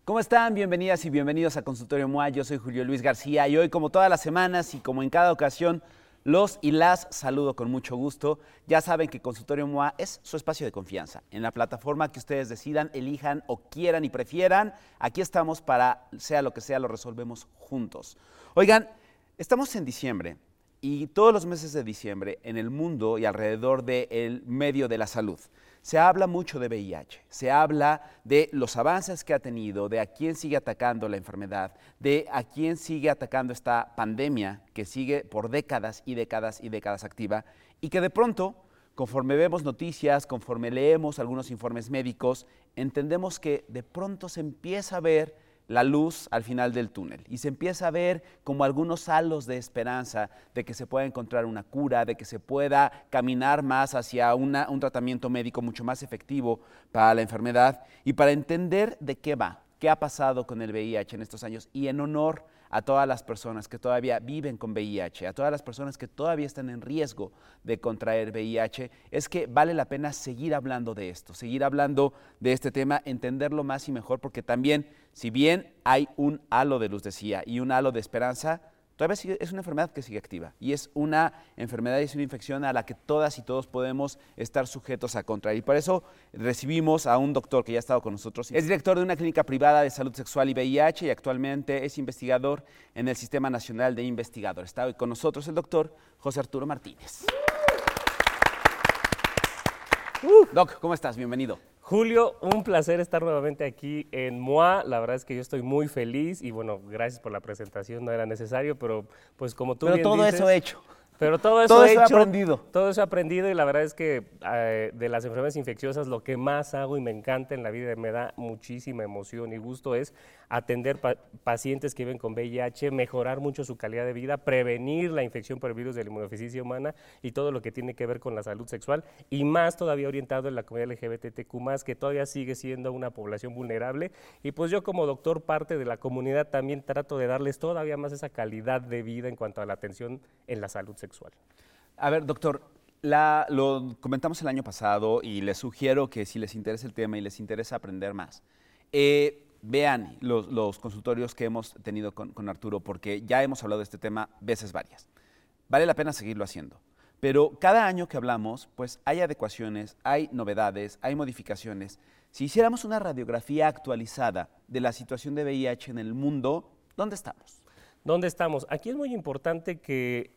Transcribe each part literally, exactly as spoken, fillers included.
¿Cómo están? Bienvenidas y bienvenidos a Consultorio M O A. Yo soy Julio Luis García y hoy, como todas las semanas y como en cada ocasión, los y las saludo con mucho gusto. Ya saben que Consultorio M O A es su espacio de confianza. En la plataforma que ustedes decidan, elijan o quieran y prefieran, aquí estamos para, sea lo que sea, lo resolvemos juntos. Oigan, estamos en diciembre y todos los meses de diciembre en el mundo y alrededor del medio de la salud se habla mucho de V I H, se habla de los avances que ha tenido, de a quién sigue atacando la enfermedad, de a quién sigue atacando esta pandemia que sigue por décadas y décadas y décadas activa y que de pronto, conforme vemos noticias, conforme leemos algunos informes médicos, entendemos que de pronto se empieza a ver la luz al final del túnel y se empieza a ver como algunos halos de esperanza de que se pueda encontrar una cura, de que se pueda caminar más hacia una, un tratamiento médico mucho más efectivo para la enfermedad y para entender de qué va, qué ha pasado con el V I H en estos años y en honor a todas las personas que todavía viven con V I H, a todas las personas que todavía están en riesgo de contraer V I H, es que vale la pena seguir hablando de esto, seguir hablando de este tema, entenderlo más y mejor, porque también, si bien hay un halo de luz, decía, y un halo de esperanza, todavía sigue, es una enfermedad que sigue activa y es una enfermedad y es una infección a la que todas y todos podemos estar sujetos a contraer. Y por eso recibimos a un doctor que ya ha estado con nosotros. Es director de una clínica privada de salud sexual y V I H y actualmente es investigador en el Sistema Nacional de Investigadores. Está hoy con nosotros el doctor José Arturo Martínez. Uh, Doc, ¿cómo estás? Bienvenido. Julio, un placer estar nuevamente aquí en M O A. La verdad es que yo estoy muy feliz y bueno, gracias por la presentación, no era necesario, pero pues como tú pero bien todo dices, eso hecho. Pero todo eso, todo hecho, eso he aprendido. Todo eso he aprendido y la verdad es que eh, de las enfermedades infecciosas lo que más hago y me encanta en la vida, me da muchísima emoción y gusto es atender pa pacientes que viven con V I H, mejorar mucho su calidad de vida, prevenir la infección por el virus de la inmunodeficiencia humana y todo lo que tiene que ver con la salud sexual y más todavía orientado en la comunidad L G B T Q más, que todavía sigue siendo una población vulnerable y pues yo como doctor parte de la comunidad también trato de darles todavía más esa calidad de vida en cuanto a la atención en la salud sexual. Sexual. A ver, doctor, la, lo comentamos el año pasado y les sugiero que si les interesa el tema y les interesa aprender más, eh, vean los, los consultorios que hemos tenido con, con Arturo, porque ya hemos hablado de este tema veces varias. Vale la pena seguirlo haciendo. Pero cada año que hablamos, pues hay adecuaciones, hay novedades, hay modificaciones. Si hiciéramos una radiografía actualizada de la situación de V I H en el mundo, ¿dónde estamos? ¿Dónde estamos? Aquí es muy importante que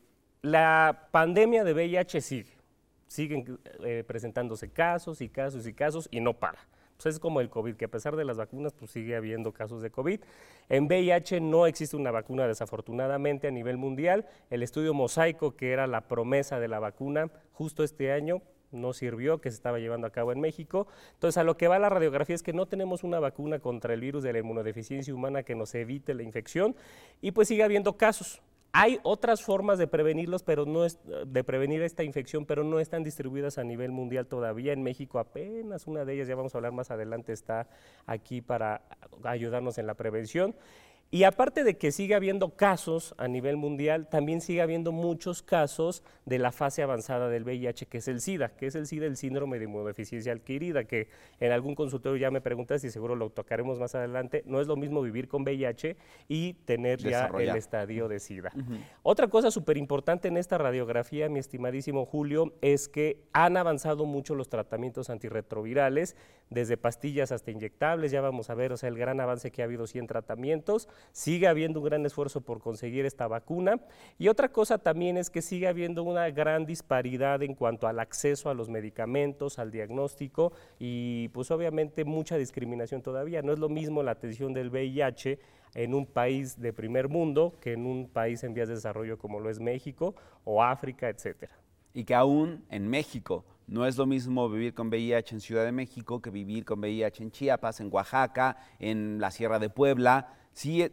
la pandemia de V I H sigue, siguen eh, presentándose casos y casos y casos y no para. Pues es como el COVID, que a pesar de las vacunas, pues sigue habiendo casos de COVID. En V I H no existe una vacuna desafortunadamente a nivel mundial. El estudio Mosaico, que era la promesa de la vacuna, justo este año no sirvió, que se estaba llevando a cabo en México. Entonces, a lo que va la radiografía es que no tenemos una vacuna contra el virus de la inmunodeficiencia humana que nos evite la infección y pues sigue habiendo casos. Hay otras formas de prevenirlos, pero no es, de prevenir esta infección, pero no están distribuidas a nivel mundial todavía. En México apenas una de ellas, ya vamos a hablar más adelante, está aquí para ayudarnos en la prevención. Y aparte de que sigue habiendo casos a nivel mundial, también sigue habiendo muchos casos de la fase avanzada del V I H, que es el SIDA, que es el SIDA, el síndrome de inmunodeficiencia adquirida, que en algún consultorio ya me preguntas y seguro lo tocaremos más adelante. No es lo mismo vivir con V I H y tener ya el estadio de SIDA. Uh-huh. Otra cosa súper importante en esta radiografía, mi estimadísimo Julio, es que han avanzado mucho los tratamientos antirretrovirales, desde pastillas hasta inyectables. Ya vamos a ver, o sea, el gran avance que ha habido sí en tratamientos. Sigue habiendo un gran esfuerzo por conseguir esta vacuna y otra cosa también es que sigue habiendo una gran disparidad en cuanto al acceso a los medicamentos, al diagnóstico y pues obviamente mucha discriminación todavía. No es lo mismo la atención del V I H en un país de primer mundo que en un país en vías de desarrollo como lo es México o África, etcétera. Y que aún en México no es lo mismo vivir con V I H en Ciudad de México que vivir con V I H en Chiapas, en Oaxaca, en la Sierra de Puebla. Sí,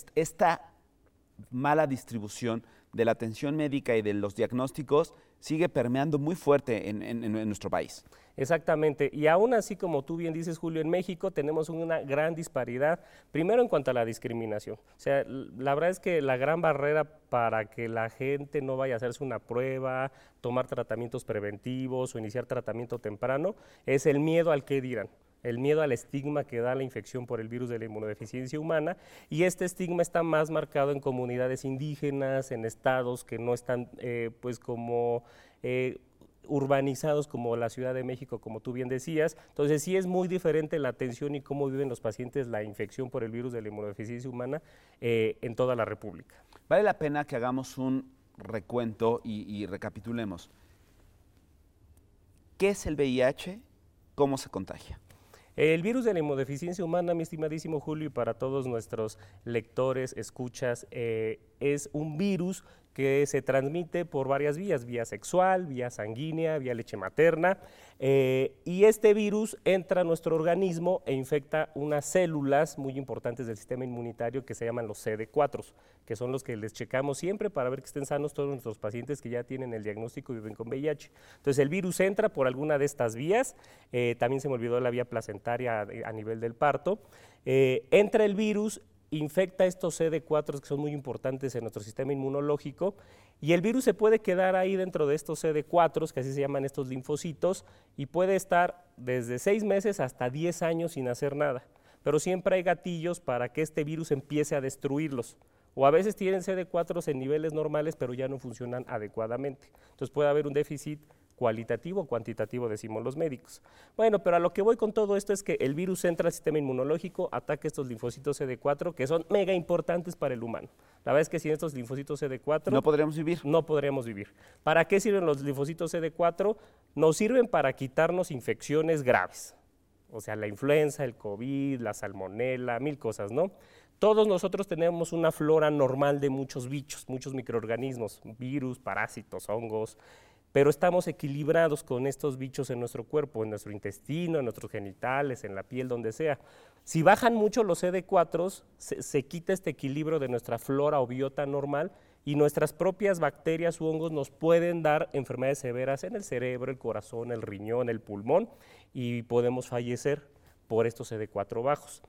esta mala distribución de la atención médica y de los diagnósticos sigue permeando muy fuerte en, en, en nuestro país. Exactamente, y aún así, como tú bien dices, Julio, en México tenemos una gran disparidad, primero en cuanto a la discriminación. O sea, la verdad es que la gran barrera para que la gente no vaya a hacerse una prueba, tomar tratamientos preventivos o iniciar tratamiento temprano, es el miedo al qué dirán. el miedo al estigma que da la infección por el virus de la inmunodeficiencia humana, y este estigma está más marcado en comunidades indígenas, en estados que no están eh, pues como eh, urbanizados como la Ciudad de México, como tú bien decías. Entonces sí es muy diferente la atención y cómo viven los pacientes la infección por el virus de la inmunodeficiencia humana eh, en toda la República. Vale la pena que hagamos un recuento y, y recapitulemos. ¿Qué es el V I H? ¿Cómo se contagia? El virus de la inmunodeficiencia humana, mi estimadísimo Julio, y para todos nuestros lectores, escuchas, eh, es un virus que se transmite por varias vías, vía sexual, vía sanguínea, vía leche materna, eh, y este virus entra a nuestro organismo e infecta unas células muy importantes del sistema inmunitario que se llaman los C D cuatro, que son los que les checamos siempre para ver que estén sanos todos nuestros pacientes que ya tienen el diagnóstico y viven con V I H. Entonces el virus entra por alguna de estas vías, eh, también se me olvidó la vía placentaria a, a nivel del parto, eh, entra el virus, infecta estos C D cuatro que son muy importantes en nuestro sistema inmunológico, y el virus se puede quedar ahí dentro de estos C D cuatro, que así se llaman estos linfocitos, y puede estar desde seis meses hasta diez años sin hacer nada, pero siempre hay gatillos para que este virus empiece a destruirlos, o a veces tienen C D cuatro en niveles normales pero ya no funcionan adecuadamente, entonces puede haber un déficit cualitativo o cuantitativo, decimos los médicos. Bueno, pero a lo que voy con todo esto es que el virus entra al sistema inmunológico, ataca estos linfocitos C D cuatro que son mega importantes para el humano. La verdad es que sin estos linfocitos C D cuatro no podríamos vivir. No podríamos vivir. ¿Para qué sirven los linfocitos C D cuatro? Nos sirven para quitarnos infecciones graves, o sea, la influenza, el COVID, la salmonela, mil cosas, ¿no? Todos nosotros tenemos una flora normal de muchos bichos, muchos microorganismos, virus, parásitos, hongos, pero estamos equilibrados con estos bichos en nuestro cuerpo, en nuestro intestino, en nuestros genitales, en la piel, donde sea. Si bajan mucho los C D cuatro, se, se quita este equilibrio de nuestra flora o biota normal y nuestras propias bacterias u hongos nos pueden dar enfermedades severas en el cerebro, el corazón, el riñón, el pulmón, y podemos fallecer por estos C D cuatro bajos.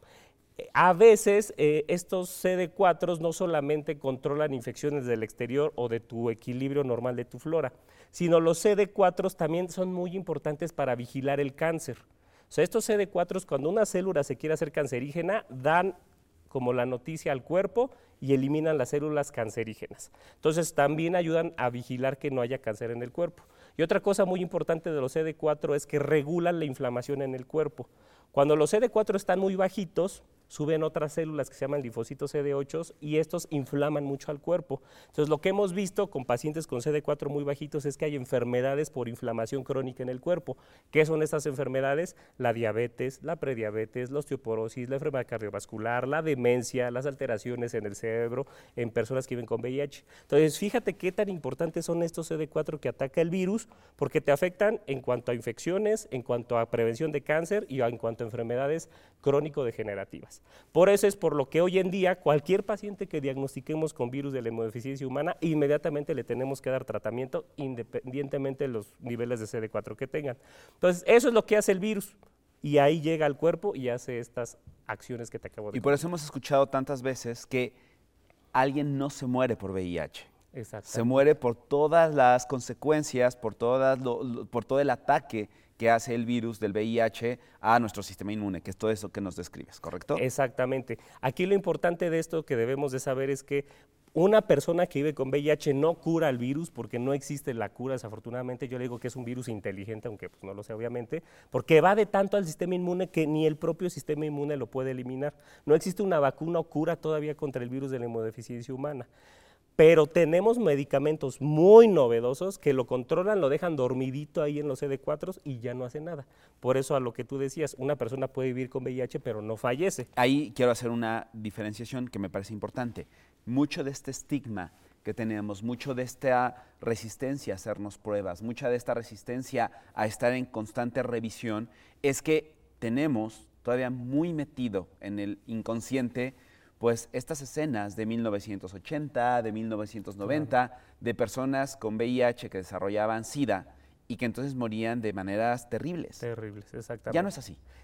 A veces eh, estos C D cuatro no solamente controlan infecciones del exterior o de tu equilibrio normal de tu flora, sino los C D cuatro también son muy importantes para vigilar el cáncer. O sea, estos C D cuatro, cuando una célula se quiere hacer cancerígena, dan como la noticia al cuerpo y eliminan las células cancerígenas. Entonces también ayudan a vigilar que no haya cáncer en el cuerpo. Y otra cosa muy importante de los C D cuatro es que regulan la inflamación en el cuerpo. Cuando los C D cuatro están muy bajitos, suben otras células que se llaman linfocitos C D ocho y estos inflaman mucho al cuerpo. Entonces lo que hemos visto con pacientes con C D cuatro muy bajitos es que hay enfermedades por inflamación crónica en el cuerpo. ¿Qué son estas enfermedades? La diabetes, la prediabetes, la osteoporosis, la enfermedad cardiovascular, la demencia, las alteraciones en el cerebro en personas que viven con V I H. Entonces fíjate qué tan importantes son estos C D cuatro que ataca el virus, porque te afectan en cuanto a infecciones, en cuanto a prevención de cáncer y en cuanto a enfermedades crónico-degenerativas. Por eso es por lo que hoy en día cualquier paciente que diagnostiquemos con virus de la inmunodeficiencia humana, inmediatamente le tenemos que dar tratamiento independientemente de los niveles de C D cuatro que tengan. Entonces, eso es lo que hace el virus y ahí llega al cuerpo y hace estas acciones que te acabo de decir. Y por eso hemos escuchado tantas veces que alguien no se muere por V I H. Se muere por todas las consecuencias, por, todas lo, lo, por todo el ataque que hace el virus del V I H a nuestro sistema inmune, que es todo eso que nos describes, ¿correcto? Exactamente. Aquí lo importante de esto que debemos de saber es que una persona que vive con V I H no cura el virus, porque no existe la cura, desafortunadamente. Yo le digo que es un virus inteligente, aunque pues no lo sé obviamente, porque evade tanto al sistema inmune que ni el propio sistema inmune lo puede eliminar. No existe una vacuna o cura todavía contra el virus de la inmunodeficiencia humana. Pero tenemos medicamentos muy novedosos que lo controlan, lo dejan dormidito ahí en los C D cuatro y ya no hace nada. Por eso a lo que tú decías, una persona puede vivir con V I H pero no fallece. Ahí quiero hacer una diferenciación que me parece importante. Mucho de este estigma que tenemos, mucho de esta resistencia a hacernos pruebas, mucha de esta resistencia a estar en constante revisión, es que tenemos todavía muy metido en el inconsciente pues estas escenas de mil novecientos ochenta, de mil novecientos noventa, claro, de personas con V I H que desarrollaban SIDA y que entonces morían de maneras terribles. Terribles, exactamente. Ya no es así.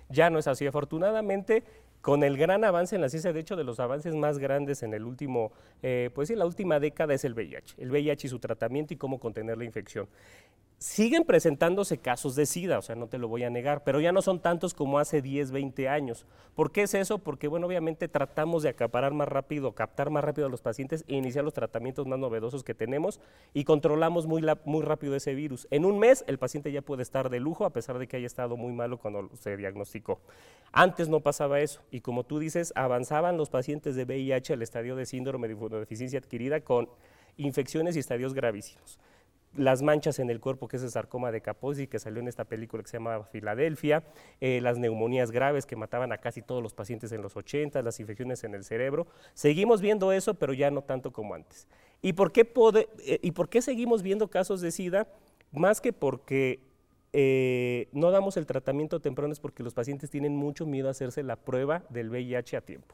Ya no es así, afortunadamente. Con el gran avance en la ciencia, de hecho, de los avances más grandes en el último, eh, pues sí, la última década es el V I H, el V I H y su tratamiento y cómo contener la infección. Siguen presentándose casos de SIDA, o sea, no te lo voy a negar, pero ya no son tantos como hace diez, veinte años. ¿Por qué es eso? Porque, bueno, obviamente tratamos de acaparar más rápido, captar más rápido a los pacientes e iniciar los tratamientos más novedosos que tenemos y controlamos muy, la, muy rápido ese virus. En un mes el paciente ya puede estar de lujo a pesar de que haya estado muy malo cuando se diagnosticó. Antes no pasaba eso y, como tú dices, avanzaban los pacientes de V I H al estadio de síndrome de inmunodeficiencia adquirida con infecciones y estadios gravísimos. Las manchas en el cuerpo, que es el sarcoma de Kaposi, que salió en esta película que se llama Filadelfia, eh, las neumonías graves que mataban a casi todos los pacientes en los ochenta, las infecciones en el cerebro. Seguimos viendo eso, pero ya no tanto como antes. ¿Y por qué, pode, eh, ¿y por qué seguimos viendo casos de SIDA? Más que porque eh, no damos el tratamiento temprano, es porque los pacientes tienen mucho miedo a hacerse la prueba del V I H a tiempo.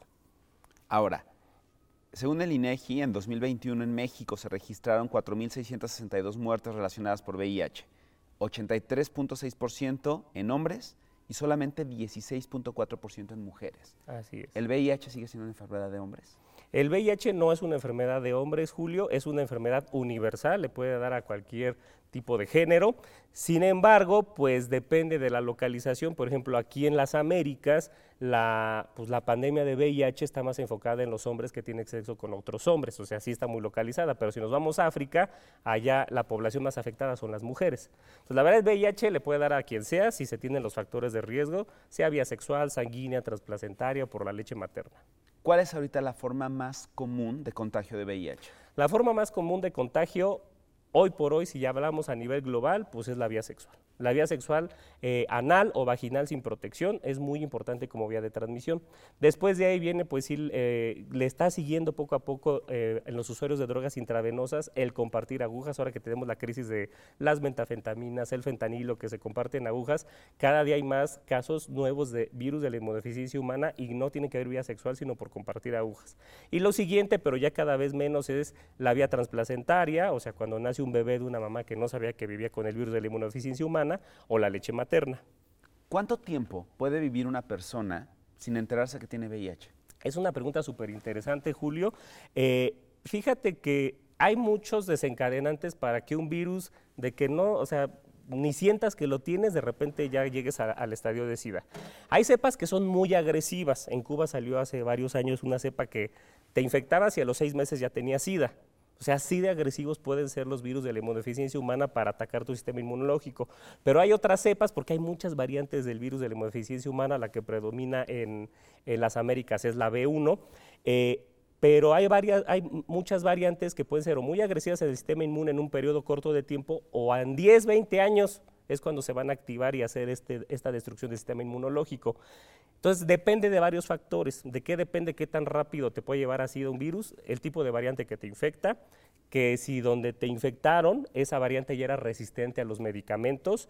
Ahora, según el INEGI, en dos mil veintiuno en México se registraron cuatro mil seiscientas sesenta y dos muertes relacionadas por V I H, ochenta y tres punto seis por ciento en hombres y solamente dieciséis punto cuatro por ciento en mujeres. Así es. ¿El V I H sigue siendo una enfermedad de hombres? El V I H no es una enfermedad de hombres, Julio, es una enfermedad universal, le puede dar a cualquier tipo de género. Sin embargo, pues depende de la localización. Por ejemplo, aquí en las Américas, la, pues, la pandemia de V I H está más enfocada en los hombres que tienen sexo con otros hombres, o sea, sí está muy localizada, pero si nos vamos a África, allá la población más afectada son las mujeres. Entonces, la verdad, el V I H le puede dar a quien sea si se tienen los factores de riesgo, sea vía sexual, sanguínea, transplacentaria o por la leche materna. ¿Cuál es ahorita la forma más común de contagio de V I H? La forma más común de contagio, hoy por hoy, si ya hablamos a nivel global, pues es la vía sexual. La vía sexual eh, anal o vaginal sin protección es muy importante como vía de transmisión. Después de ahí viene, pues sí, eh, le está siguiendo poco a poco eh, en los usuarios de drogas intravenosas el compartir agujas. Ahora que tenemos la crisis de las metafentaminas, el fentanilo que se comparten agujas, cada día hay más casos nuevos de virus de la inmunodeficiencia humana y no tiene que haber vía sexual, sino por compartir agujas. Y lo siguiente, pero ya cada vez menos, es la vía transplacentaria, o sea, cuando nace un bebé de una mamá que no sabía que vivía con el virus de la inmunodeficiencia humana, o la leche materna. ¿Cuánto tiempo puede vivir una persona sin enterarse que tiene V I H? Es una pregunta súper interesante, Julio. Eh, fíjate que hay muchos desencadenantes para que un virus de que no, o sea, ni sientas que lo tienes, de repente ya llegues a, al estadio de SIDA. Hay cepas que son muy agresivas. En Cuba salió hace varios años una cepa que te infectabas y a los seis meses ya tenía SIDA. O sea, así de agresivos pueden ser los virus de la inmunodeficiencia humana para atacar tu sistema inmunológico. Pero hay otras cepas, porque hay muchas variantes del virus de la inmunodeficiencia humana. La que predomina en, en las Américas es la B uno, eh, pero hay, varias, hay muchas variantes que pueden ser o muy agresivas en el sistema inmune en un periodo corto de tiempo, o en diez, veinte años es cuando se van a activar y hacer este, esta destrucción del sistema inmunológico. Entonces, depende de varios factores. ¿De qué depende qué tan rápido te puede llevar a SIDA un virus? El tipo de variante que te infecta, que si donde te infectaron, esa variante ya era resistente a los medicamentos.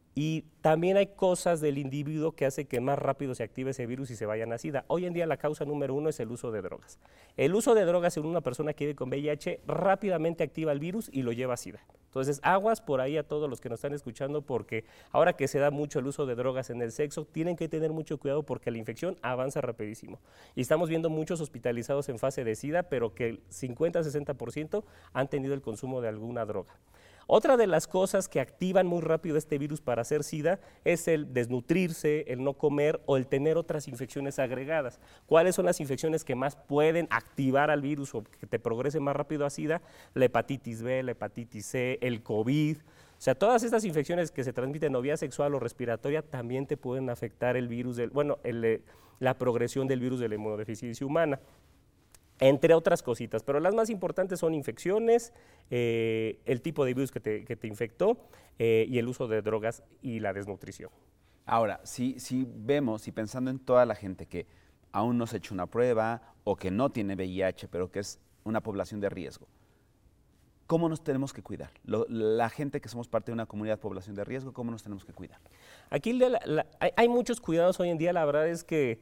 Y también hay cosas del individuo que hace que más rápido se active ese virus y se vaya a SIDA. Hoy en día la causa número uno es el uso de drogas. El uso de drogas en una persona que vive con V I H rápidamente activa el virus y lo lleva a SIDA. Entonces, aguas por ahí a todos los que nos están escuchando, porque ahora que se da mucho el uso de drogas en el sexo, tienen que tener mucho cuidado porque la infección avanza rapidísimo. Y estamos viendo muchos hospitalizados en fase de SIDA, pero que el cincuenta a sesenta por ciento han tenido el consumo de alguna droga. Otra de las cosas que activan muy rápido este virus para hacer SIDA es el desnutrirse, el no comer o el tener otras infecciones agregadas. ¿Cuáles son las infecciones que más pueden activar al virus o que te progrese más rápido a SIDA? La hepatitis B, la hepatitis C, el COVID. O sea, todas estas infecciones que se transmiten o vía sexual o respiratoria también te pueden afectar el virus, del, bueno, el, la progresión del virus de la inmunodeficiencia humana, entre otras cositas, pero las más importantes son infecciones, eh, el tipo de virus que te, que te infectó eh, y el uso de drogas y la desnutrición. Ahora, si, si vemos y pensando en toda la gente que aún no se ha hecho una prueba o que no tiene V I H, pero que es una población de riesgo, ¿cómo nos tenemos que cuidar? Lo, la gente que somos parte de una comunidad población de riesgo, ¿cómo nos tenemos que cuidar? Aquí la, la, hay, hay muchos cuidados hoy en día, la verdad es que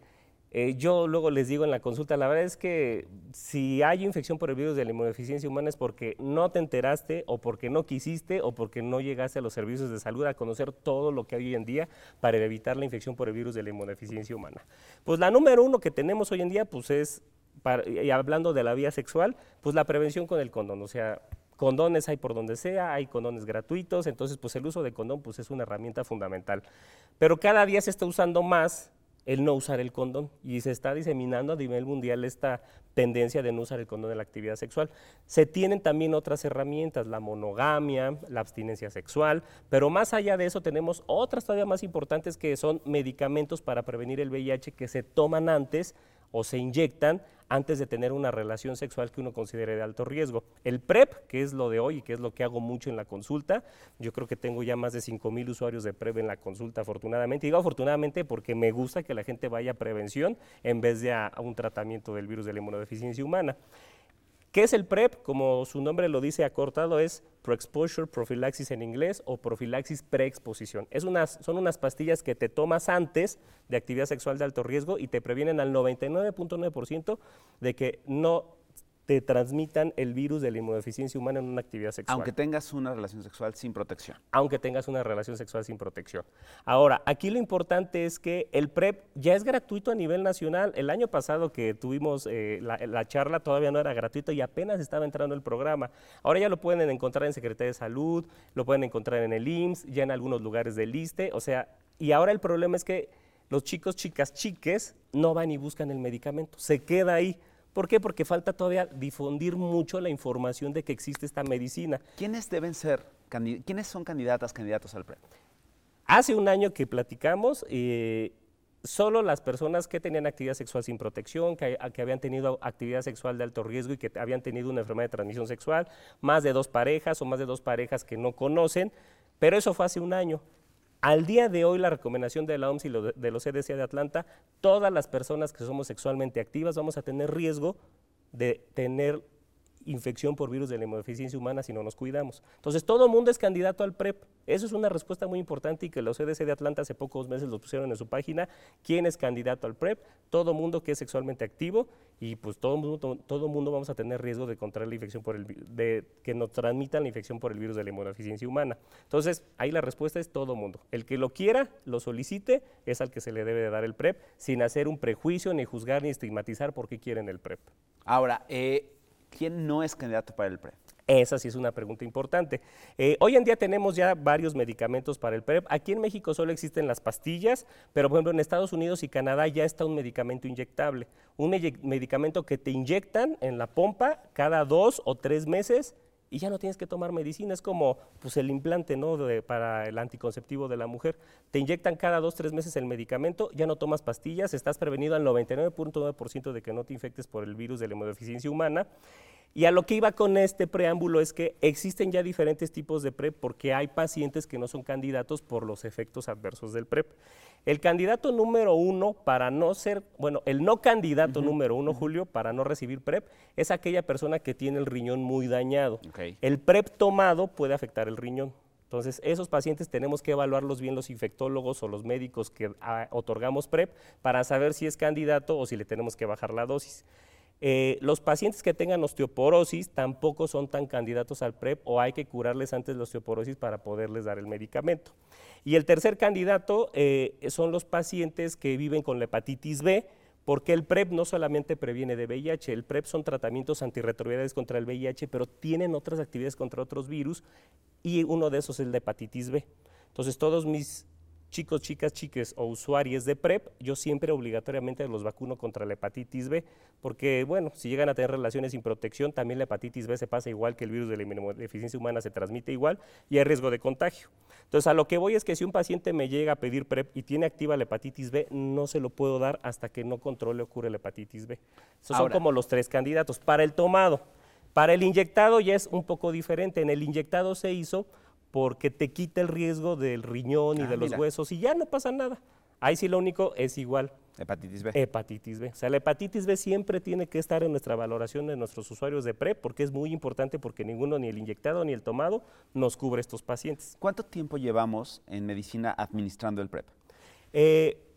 Eh, yo luego les digo en la consulta, la verdad es que si hay infección por el virus de la inmunodeficiencia humana es porque no te enteraste o porque no quisiste o porque no llegaste a los servicios de salud a conocer todo lo que hay hoy en día para evitar la infección por el virus de la inmunodeficiencia humana. Pues la número uno que tenemos hoy en día pues es, para, y hablando de la vía sexual, pues la prevención con el condón, o sea, condones hay por donde sea, hay condones gratuitos, entonces pues el uso de condón pues es una herramienta fundamental. Pero cada día se está usando más el no usar el condón y se está diseminando a nivel mundial esta tendencia de no usar el condón en la actividad sexual. Se tienen también otras herramientas, la monogamia, la abstinencia sexual, pero más allá de eso tenemos otras todavía más importantes que son medicamentos para prevenir el V I H que se toman antes o se inyectan antes de tener una relación sexual que uno considere de alto riesgo. El PrEP, que es lo de hoy y que es lo que hago mucho en la consulta, yo creo que tengo ya más de cinco mil usuarios de PrEP en la consulta, afortunadamente. Y digo afortunadamente porque me gusta que la gente vaya a prevención en vez de a, a un tratamiento del virus de la inmunodeficiencia humana. ¿Qué es el PrEP? Como su nombre lo dice acortado, es Pre-Exposure Prophylaxis en inglés o profilaxis preexposición. Es unas, son unas pastillas que te tomas antes de actividad sexual de alto riesgo y te previenen al noventa y nueve punto nueve por ciento de que no te transmitan el virus de la inmunodeficiencia humana en una actividad sexual. Aunque tengas una relación sexual sin protección. Aunque tengas una relación sexual sin protección. Ahora, aquí lo importante es que el PrEP ya es gratuito a nivel nacional. El año pasado que tuvimos eh, la, la charla todavía no era gratuito y apenas estaba entrando el programa. Ahora ya lo pueden encontrar en Secretaría de Salud, lo pueden encontrar en el I M S S, ya en algunos lugares del ISSSTE, o sea, y ahora el problema es que los chicos, chicas, chiques no van y buscan el medicamento, se queda ahí. ¿Por qué? Porque falta todavía difundir mucho la información de que existe esta medicina. ¿Quiénes deben ser, quiénes son candidatas, candidatos al PrEP? Hace un año que platicamos, eh, solo las personas que tenían actividad sexual sin protección, que, que habían tenido actividad sexual de alto riesgo y que habían tenido una enfermedad de transmisión sexual, más de dos parejas o más de dos parejas que no conocen, pero eso fue hace un año. Al día de hoy, la recomendación de la O M S y lo, de los C D C de Atlanta, todas las personas que somos sexualmente activas vamos a tener riesgo de tener infección por virus de la inmunodeficiencia humana si no nos cuidamos. Entonces, todo el mundo es candidato al PrEP. Eso es una respuesta muy importante y que los C D C de Atlanta hace pocos meses lo pusieron en su página. ¿Quién es candidato al PrEP? Todo mundo que es sexualmente activo y pues todo mundo, todo mundo vamos a tener riesgo de contraer la infección por el de que nos transmitan la infección por el virus de la inmunodeficiencia humana. Entonces, ahí la respuesta es todo mundo. El que lo quiera, lo solicite, es al que se le debe de dar el PrEP sin hacer un prejuicio, ni juzgar, ni estigmatizar por qué quieren el PrEP. Ahora, eh, ¿quién no es candidato para el PrEP? Esa sí es una pregunta importante. Eh, hoy en día tenemos ya varios medicamentos para el PrEP. Aquí en México solo existen las pastillas, pero por ejemplo en Estados Unidos y Canadá ya está un medicamento inyectable. Un me medicamento que te inyectan en la pompa cada dos o tres meses y ya no tienes que tomar medicina. Es como pues, el implante, ¿no? de, para el anticonceptivo de la mujer. Te inyectan cada dos o tres meses el medicamento, ya no tomas pastillas, estás prevenido al noventa y nueve punto nueve por ciento de que no te infectes por el virus de la inmunodeficiencia humana. Y a lo que iba con este preámbulo es que existen ya diferentes tipos de PrEP porque hay pacientes que no son candidatos por los efectos adversos del PrEP. El candidato número uno para no ser, bueno, el no candidato uh-huh. número uno, uh-huh. Julio, para no recibir PrEP es aquella persona que tiene el riñón muy dañado. Okay. El PrEP tomado puede afectar el riñón. Entonces, esos pacientes tenemos que evaluarlos bien los infectólogos o los médicos que a, otorgamos PrEP para saber si es candidato o si le tenemos que bajar la dosis. Eh, los pacientes que tengan osteoporosis tampoco son tan candidatos al PrEP o hay que curarles antes la osteoporosis para poderles dar el medicamento. Y el tercer candidato eh, son los pacientes que viven con la hepatitis B, porque el PrEP no solamente previene de V I H, el PrEP son tratamientos antirretrovirales contra el V I H, pero tienen otras actividades contra otros virus y uno de esos es la hepatitis B. Entonces todos mis chicos, chicas, chiques o usuarios de PrEP, yo siempre obligatoriamente los vacuno contra la hepatitis B, porque bueno, si llegan a tener relaciones sin protección, también la hepatitis B se pasa igual que el virus de la inmunodeficiencia humana, se transmite igual y hay riesgo de contagio. Entonces, a lo que voy es que si un paciente me llega a pedir PrEP y tiene activa la hepatitis B, no se lo puedo dar hasta que no controle o cure la hepatitis B. Esos Ahora, son como los tres candidatos. Para el tomado, para el inyectado ya es un poco diferente. En el inyectado se hizo porque te quita el riesgo del riñón y ah, de los mira. huesos y ya no pasa nada. Ahí sí lo único es igual. Hepatitis B. Hepatitis B. O sea, la hepatitis B siempre tiene que estar en nuestra valoración de nuestros usuarios de PrEP porque es muy importante porque ninguno, ni el inyectado ni el tomado, nos cubre estos pacientes. ¿Cuánto tiempo llevamos en medicina administrando el PrEP? Eh,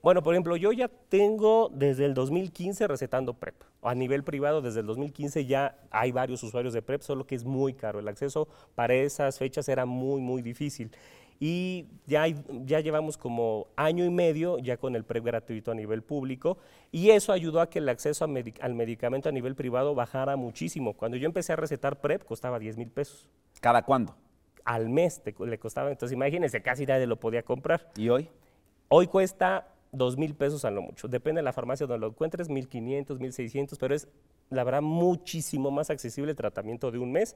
Bueno, por ejemplo, yo ya tengo desde el dos mil quince recetando PrEP. A nivel privado, desde el dos mil quince ya hay varios usuarios de PrEP, solo que es muy caro. El acceso para esas fechas era muy, muy difícil. Y ya, hay, ya llevamos como año y medio ya con el PrEP gratuito a nivel público, y eso ayudó a que el acceso a medic al medicamento a nivel privado bajara muchísimo. Cuando yo empecé a recetar PrEP costaba diez mil pesos. ¿Cada cuándo? Al mes te, le costaba, entonces imagínense, casi nadie lo podía comprar. ¿Y hoy? Hoy cuesta dos mil pesos a lo mucho, depende de la farmacia donde lo encuentres, mil quinientos, mil seiscientos, pero es la verdad muchísimo más accesible el tratamiento de un mes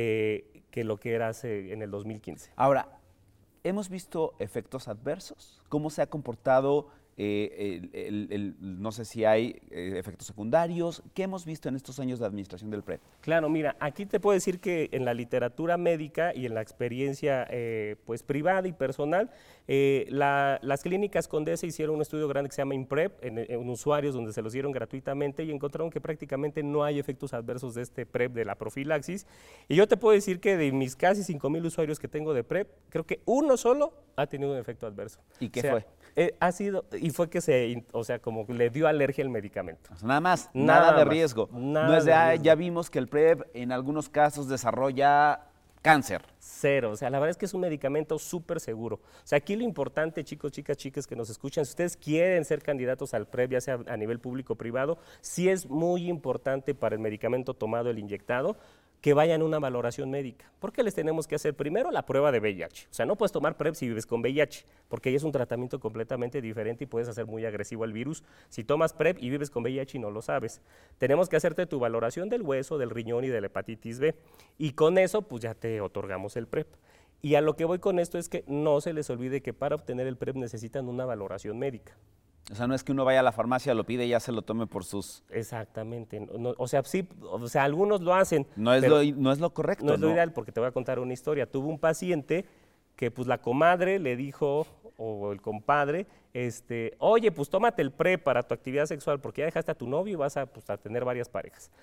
eh, que lo que era hace en el dos mil quince. Ahora, ¿hemos visto efectos adversos? ¿Cómo se ha comportado? Eh, el, el, el, no sé si hay eh, efectos secundarios. ¿Qué hemos visto en estos años de administración del PrEP? Claro, mira, aquí te puedo decir que en la literatura médica y en la experiencia eh, pues privada y personal, eh, la, las clínicas Condesa hicieron un estudio grande que se llama IMPREP en, en usuarios donde se los dieron gratuitamente y encontraron que prácticamente no hay efectos adversos de este PrEP, de la profilaxis. Y yo te puedo decir que de mis casi cinco mil usuarios que tengo de PrEP, creo que uno solo ha tenido un efecto adverso. ¿Y qué o sea, fue? Eh, ha sido, y fue que se, o sea, como le dio alergia al medicamento. O sea, nada más, Nada nada, de más, riesgo. nada no es de, de ah, riesgo. ya vimos que el PrEP en algunos casos desarrolla cáncer. Cero, o sea, la verdad es que es un medicamento súper seguro. O sea, aquí lo importante, chicos, chicas, chicas que nos escuchan, si ustedes quieren ser candidatos al PrEP, ya sea a nivel público o privado, sí es muy importante para el medicamento tomado, el inyectado, que vayan a una valoración médica. ¿Por qué les tenemos que hacer primero la prueba de V I H? O sea, no puedes tomar PrEP si vives con V I H, porque ahí es un tratamiento completamente diferente y puedes hacer muy agresivo al virus si tomas PrEP y vives con V I H y no lo sabes. Tenemos que hacerte tu valoración del hueso, del riñón y de la hepatitis B, y con eso pues ya te otorgamos el PrEP. Y a lo que voy con esto es que no se les olvide que para obtener el PrEP necesitan una valoración médica. O sea, no es que uno vaya a la farmacia, lo pide y ya se lo tome por sus... Exactamente. No, o sea, sí, o sea, algunos lo hacen. No es, pero lo, no es lo correcto, no es lo ¿no? ideal, porque te voy a contar una historia. Tuve un paciente que pues la comadre le dijo, o el compadre, este, oye, pues tómate el PrEP para tu actividad sexual, porque ya dejaste a tu novio y vas a, pues, a tener varias parejas.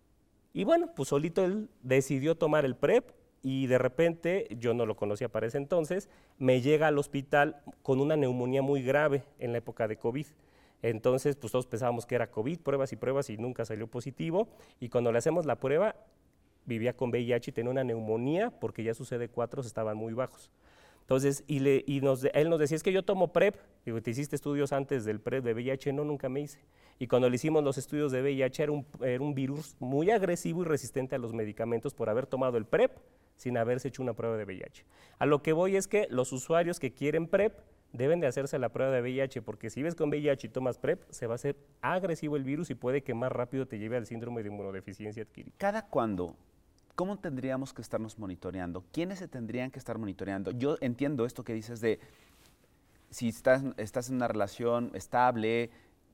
Y bueno, pues solito él decidió tomar el PrEP, y de repente, yo no lo conocía para ese entonces, me llega al hospital con una neumonía muy grave en la época de COVID. Entonces, pues todos pensábamos que era COVID, pruebas y pruebas y nunca salió positivo. Y cuando le hacemos la prueba, vivía con V I H y tenía una neumonía porque ya sus C D cuatro estaban muy bajos. Entonces, y, le, y nos, él nos decía, es que yo tomo PrEP. Digo, ¿te hiciste estudios antes del PrEP de V I H? No, nunca me hice. Y cuando le hicimos los estudios de V I H, era un, era un virus muy agresivo y resistente a los medicamentos por haber tomado el PrEP sin haberse hecho una prueba de V I H. A lo que voy es que los usuarios que quieren PrEP deben de hacerse la prueba de V I H, porque si ves con V I H y tomas PrEP, se va a hacer agresivo el virus y puede que más rápido te lleve al síndrome de inmunodeficiencia adquirida. ¿Cada cuándo? ¿Cómo tendríamos que estarnos monitoreando? ¿Quiénes se tendrían que estar monitoreando? Yo entiendo esto que dices de si estás, estás en una relación estable.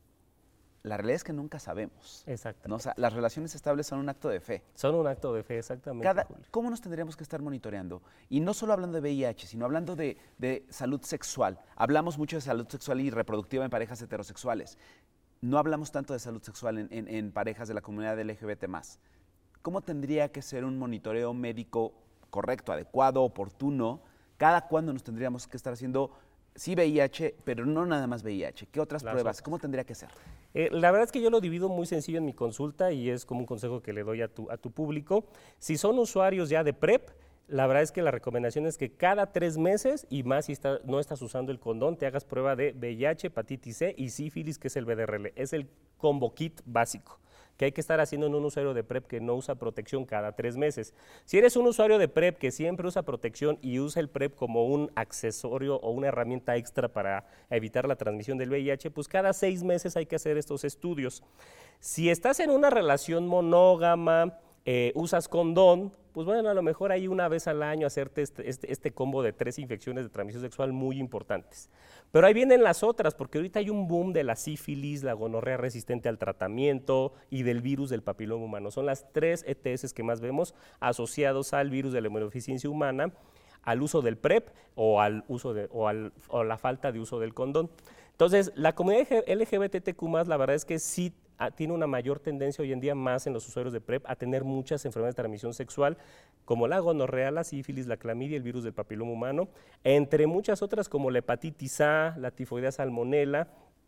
La realidad es que nunca sabemos. Exacto. ¿No? O sea, las relaciones estables son un acto de fe. Son un acto de fe, exactamente. Cada, Julio. ¿Cómo nos tendríamos que estar monitoreando? Y no solo hablando de V I H, sino hablando de, de salud sexual. Hablamos mucho de salud sexual y reproductiva en parejas heterosexuales. No hablamos tanto de salud sexual en, en, en parejas de la comunidad L G B T más. ¿Cómo tendría que ser un monitoreo médico correcto, adecuado, oportuno? ¿Cada cuándo nos tendríamos que estar haciendo, sí, V I H, pero no nada más V I H? ¿Qué otras Las pruebas? otras. ¿Cómo tendría que ser? Eh, la verdad es que yo lo divido muy sencillo en mi consulta y es como un consejo que le doy a tu, a tu público. Si son usuarios ya de PrEP, la verdad es que la recomendación es que cada tres meses, y más si está, no estás usando el condón, te hagas prueba de V I H, hepatitis C y sífilis, que es el B D R L. Es el combo kit básico que hay que estar haciendo en un usuario de PrEP que no usa protección cada tres meses. Si eres un usuario de PrEP que siempre usa protección y usa el PrEP como un accesorio o una herramienta extra para evitar la transmisión del V I H, pues cada seis meses hay que hacer estos estudios. Si estás en una relación monógama, eh, usas condón, pues bueno, a lo mejor ahí una vez al año hacerte este, este, este combo de tres infecciones de transmisión sexual muy importantes. Pero ahí vienen las otras, porque ahorita hay un boom de la sífilis, la gonorrea resistente al tratamiento y del virus del papiloma humano. Son las tres E T S que más vemos asociados al virus de la inmunodeficiencia humana, al uso del PrEP o, al uso de, o, al, o la falta de uso del condón. Entonces, la comunidad L G B T Q más, la verdad es que sí a, tiene una mayor tendencia hoy en día más en los usuarios de PrEP a tener muchas enfermedades de transmisión sexual, como la gonorrea, la sífilis, la clamidia, el virus del papiloma humano, entre muchas otras como la hepatitis A, la tifoidea salmonela,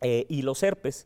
eh, y los herpes.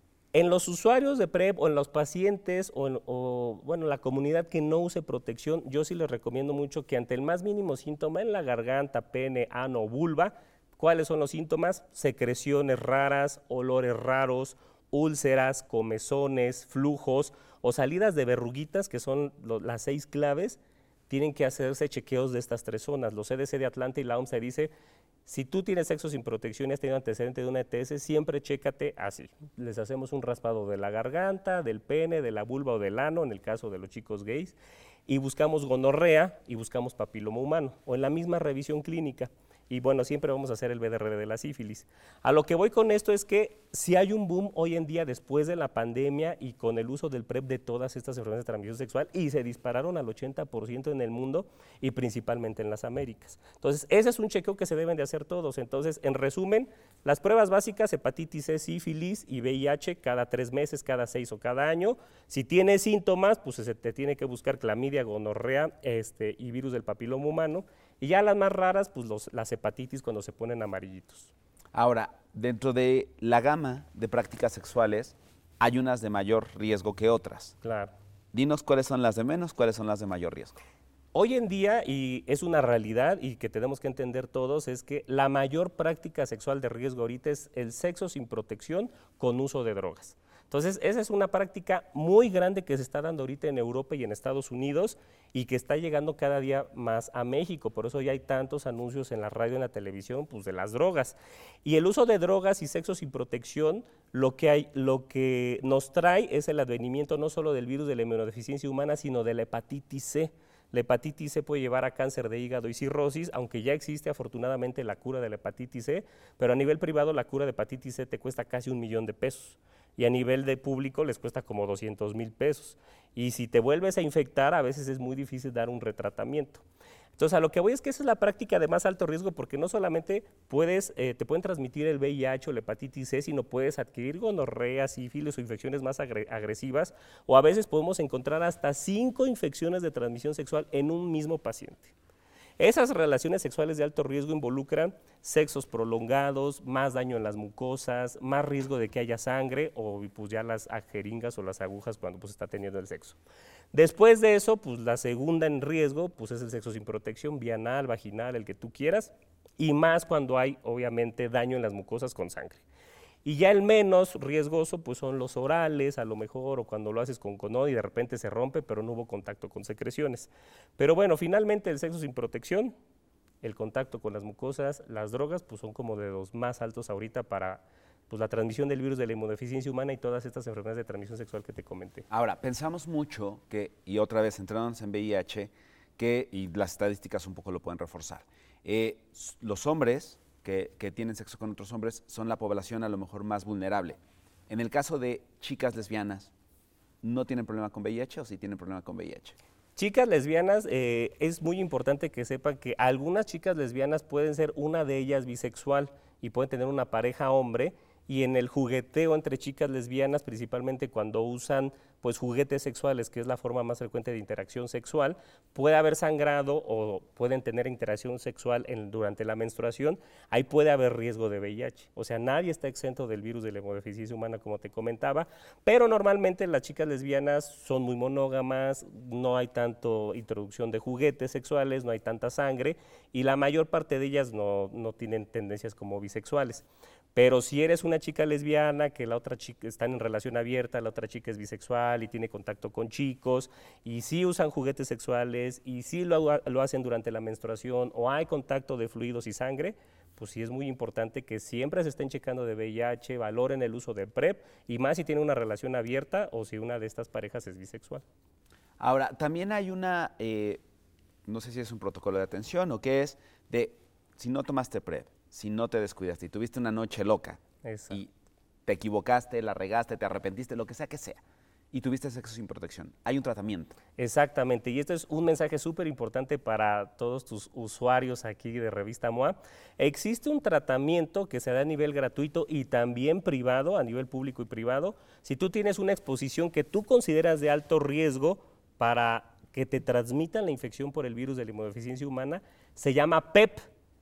En los usuarios de PrEP o en los pacientes o, en, o bueno, la comunidad que no use protección, yo sí les recomiendo mucho que ante el más mínimo síntoma en la garganta, pene, ano o vulva, ¿cuáles son los síntomas? Secreciones raras, olores raros, úlceras, comezones, flujos o salidas de verruguitas, que son lo, las seis claves, tienen que hacerse chequeos de estas tres zonas. Los C D C de Atlanta y la O M S dice, si tú tienes sexo sin protección y has tenido antecedente de una E T S, siempre chécate así. Les hacemos un raspado de la garganta, del pene, de la vulva o del ano, en el caso de los chicos gays, y buscamos gonorrea y buscamos papiloma humano, o en la misma revisión clínica. Y bueno, siempre vamos a hacer el B D R de la sífilis. A lo que voy con esto es que si hay un boom hoy en día después de la pandemia y con el uso del PrEP de todas estas enfermedades de transmisión sexual, y se dispararon al ochenta por ciento en el mundo y principalmente en las Américas. Entonces, ese es un chequeo que se deben de hacer todos. Entonces, en resumen, las pruebas básicas, hepatitis C, sífilis y V I H cada tres meses, cada seis o cada año. Si tienes síntomas, pues se te tiene que buscar clamidia, gonorrea este, y virus del papiloma humano. Y ya las más raras, pues los, las hepatitis cuando se ponen amarillitos. Ahora, dentro de la gama de prácticas sexuales, hay unas de mayor riesgo que otras. Claro. Dinos cuáles son las de menos, cuáles son las de mayor riesgo. Hoy en día, y es una realidad y que tenemos que entender todos, es que la mayor práctica sexual de riesgo ahorita es el sexo sin protección con uso de drogas. Entonces, esa es una práctica muy grande que se está dando ahorita en Europa y en Estados Unidos y que está llegando cada día más a México. Por eso ya hay tantos anuncios en la radio y en la televisión pues, de las drogas. Y el uso de drogas y sexo sin protección, lo que, hay, lo que nos trae es el advenimiento no solo del virus de la inmunodeficiencia humana, sino de la hepatitis C. La hepatitis C puede llevar a cáncer de hígado y cirrosis, aunque ya existe afortunadamente la cura de la hepatitis C, pero a nivel privado la cura de hepatitis C te cuesta casi un millón de pesos. Y a nivel de público les cuesta como doscientos mil pesos. Y si te vuelves a infectar, a veces es muy difícil dar un retratamiento. Entonces, a lo que voy es que esa es la práctica de más alto riesgo porque no solamente puedes, eh, te pueden transmitir el V I H o la hepatitis C, sino puedes adquirir gonorrea, sífilis o infecciones más agre agresivas, o a veces podemos encontrar hasta cinco infecciones de transmisión sexual en un mismo paciente. Esas relaciones sexuales de alto riesgo involucran sexos prolongados, más daño en las mucosas, más riesgo de que haya sangre o pues ya las jeringas o las agujas cuando pues está teniendo el sexo. Después de eso, pues la segunda en riesgo pues es el sexo sin protección, vía anal, vaginal, el que tú quieras, y más cuando hay obviamente daño en las mucosas con sangre. Y ya el menos riesgoso pues son los orales, a lo mejor, o cuando lo haces con condón y de repente se rompe, pero no hubo contacto con secreciones. Pero bueno, finalmente el sexo sin protección, el contacto con las mucosas, las drogas, pues son como de los más altos ahorita para pues, la transmisión del virus de la inmunodeficiencia humana y todas estas enfermedades de transmisión sexual que te comenté. Ahora, pensamos mucho que, y otra vez entrándonos en V I H, que, y las estadísticas un poco lo pueden reforzar, eh, los hombres Que, que tienen sexo con otros hombres son la población a lo mejor más vulnerable. En el caso de chicas lesbianas, ¿no tienen problema con V I H o sí tienen problema con V I H? Chicas lesbianas, eh, es muy importante que sepan que algunas chicas lesbianas pueden ser una de ellas bisexual y pueden tener una pareja hombre, y en el jugueteo entre chicas lesbianas, principalmente cuando usan pues juguetes sexuales, que es la forma más frecuente de interacción sexual, puede haber sangrado o pueden tener interacción sexual en, durante la menstruación, ahí puede haber riesgo de V I H. O sea, nadie está exento del virus de la inmunodeficiencia humana, como te comentaba, pero normalmente las chicas lesbianas son muy monógamas, no hay tanto introducción de juguetes sexuales, no hay tanta sangre, y la mayor parte de ellas no, no tienen tendencias como bisexuales. Pero si eres una chica lesbiana, que la otra chica está en relación abierta, la otra chica es bisexual y tiene contacto con chicos, y sí usan juguetes sexuales, y sí lo, lo hacen durante la menstruación, o hay contacto de fluidos y sangre, pues sí es muy importante que siempre se estén checando de V I H, valoren el uso de PrEP, y más si tienen una relación abierta o si una de estas parejas es bisexual. Ahora, también hay una, eh, no sé si es un protocolo de atención o qué es, de si no tomaste PrEP, si no te descuidaste y tuviste una noche loca, exacto, y te equivocaste, la regaste, te arrepentiste, lo que sea que sea, y tuviste sexo sin protección, hay un tratamiento. Exactamente, y este es un mensaje súper importante para todos tus usuarios aquí de Revista M O A. Existe un tratamiento que se da a nivel gratuito y también privado, a nivel público y privado. Si tú tienes una exposición que tú consideras de alto riesgo para que te transmitan la infección por el virus de la inmunodeficiencia humana, se llama PEP,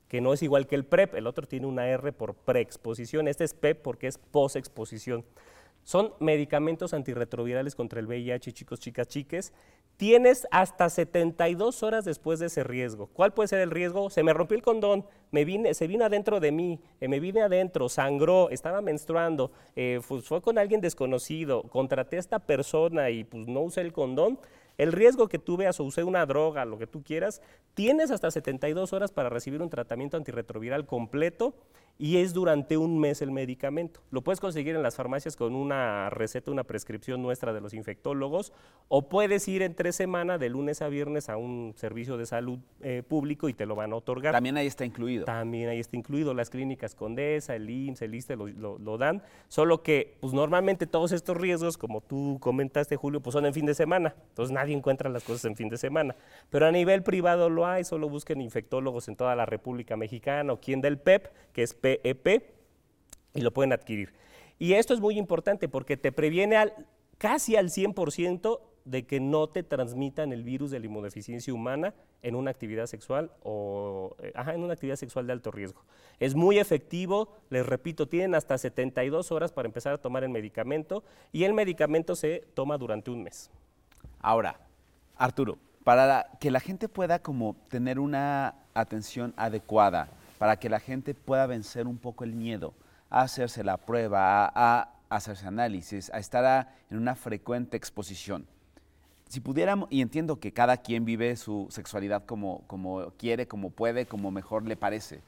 que no es igual que el PrEP, el otro tiene una R por preexposición, este es PEP porque es posexposición. Son medicamentos antirretrovirales contra el V I H, chicos, chicas, chiques. Tienes hasta setenta y dos horas después de ese riesgo. ¿Cuál puede ser el riesgo? Se me rompió el condón, me vine, se vino adentro de mí, eh, me vine adentro, sangró, estaba menstruando, eh, pues fue con alguien desconocido, contraté a esta persona y pues no usé el condón. El riesgo que tú veas o usé una droga, lo que tú quieras, tienes hasta setenta y dos horas para recibir un tratamiento antirretroviral completo y es durante un mes el medicamento. Lo puedes conseguir en las farmacias con una receta, una prescripción nuestra de los infectólogos, o puedes ir en tres semanas de lunes a viernes a un servicio de salud eh, público y te lo van a otorgar. También ahí está incluido. También ahí está incluido. Las clínicas Condesa, el I M S S, el ISSSTE lo, lo, lo dan, solo que pues normalmente todos estos riesgos, como tú comentaste, Julio, pues son en fin de semana, entonces nadie encuentra las cosas en fin de semana, pero a nivel privado lo hay, solo busquen infectólogos en toda la República Mexicana o quien del PEP, que es P E P, y lo pueden adquirir. Y esto es muy importante porque te previene al, casi al cien por ciento de que no te transmitan el virus de la inmunodeficiencia humana en una actividad sexual o eh, ajá, en una actividad sexual de alto riesgo. Es muy efectivo, les repito, tienen hasta setenta y dos horas para empezar a tomar el medicamento y el medicamento se toma durante un mes. Ahora, Arturo, para la- que la gente pueda como tener una atención adecuada, para que la gente pueda vencer un poco el miedo a hacerse la prueba, a, a hacerse análisis, a estar a- en una frecuente exposición. Si pudiéramos, y entiendo que cada quien vive su sexualidad como, como quiere, como puede, como mejor le parece.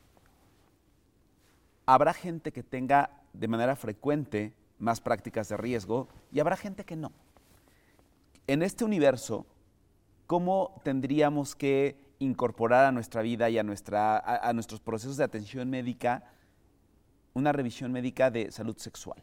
Habrá gente que tenga de manera frecuente más prácticas de riesgo y habrá gente que no. En este universo, ¿cómo tendríamos que incorporar a nuestra vida y a, nuestra, a, a nuestros procesos de atención médica una revisión médica de salud sexual?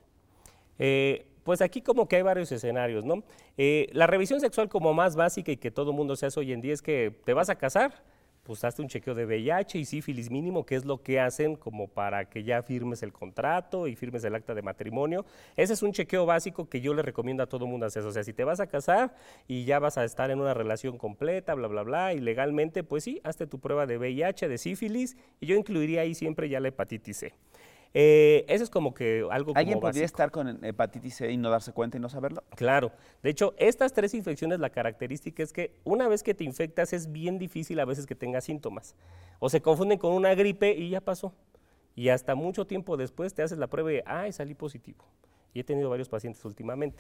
Eh, pues aquí como que hay varios escenarios, ¿no? Eh, la revisión sexual como más básica y que todo mundo se hace hoy en día es que te vas a casar, pues hazte un chequeo de V I H y sífilis mínimo, que es lo que hacen como para que ya firmes el contrato y firmes el acta de matrimonio. Ese es un chequeo básico que yo le recomiendo a todo mundo hacer. O sea, si te vas a casar y ya vas a estar en una relación completa, bla, bla, bla, y legalmente, pues sí, hazte tu prueba de V I H, de sífilis, y yo incluiría ahí siempre ya la hepatitis C. Eh, eso es como que algo como ¿Alguien podría básico. estar con hepatitis C y no darse cuenta y no saberlo? Claro, de hecho, estas tres infecciones, la característica es que una vez que te infectas es bien difícil a veces que tengas síntomas. O se confunden con una gripe y ya pasó. Y hasta mucho tiempo después te haces la prueba y, ay, salí positivo. Y he tenido varios pacientes últimamente.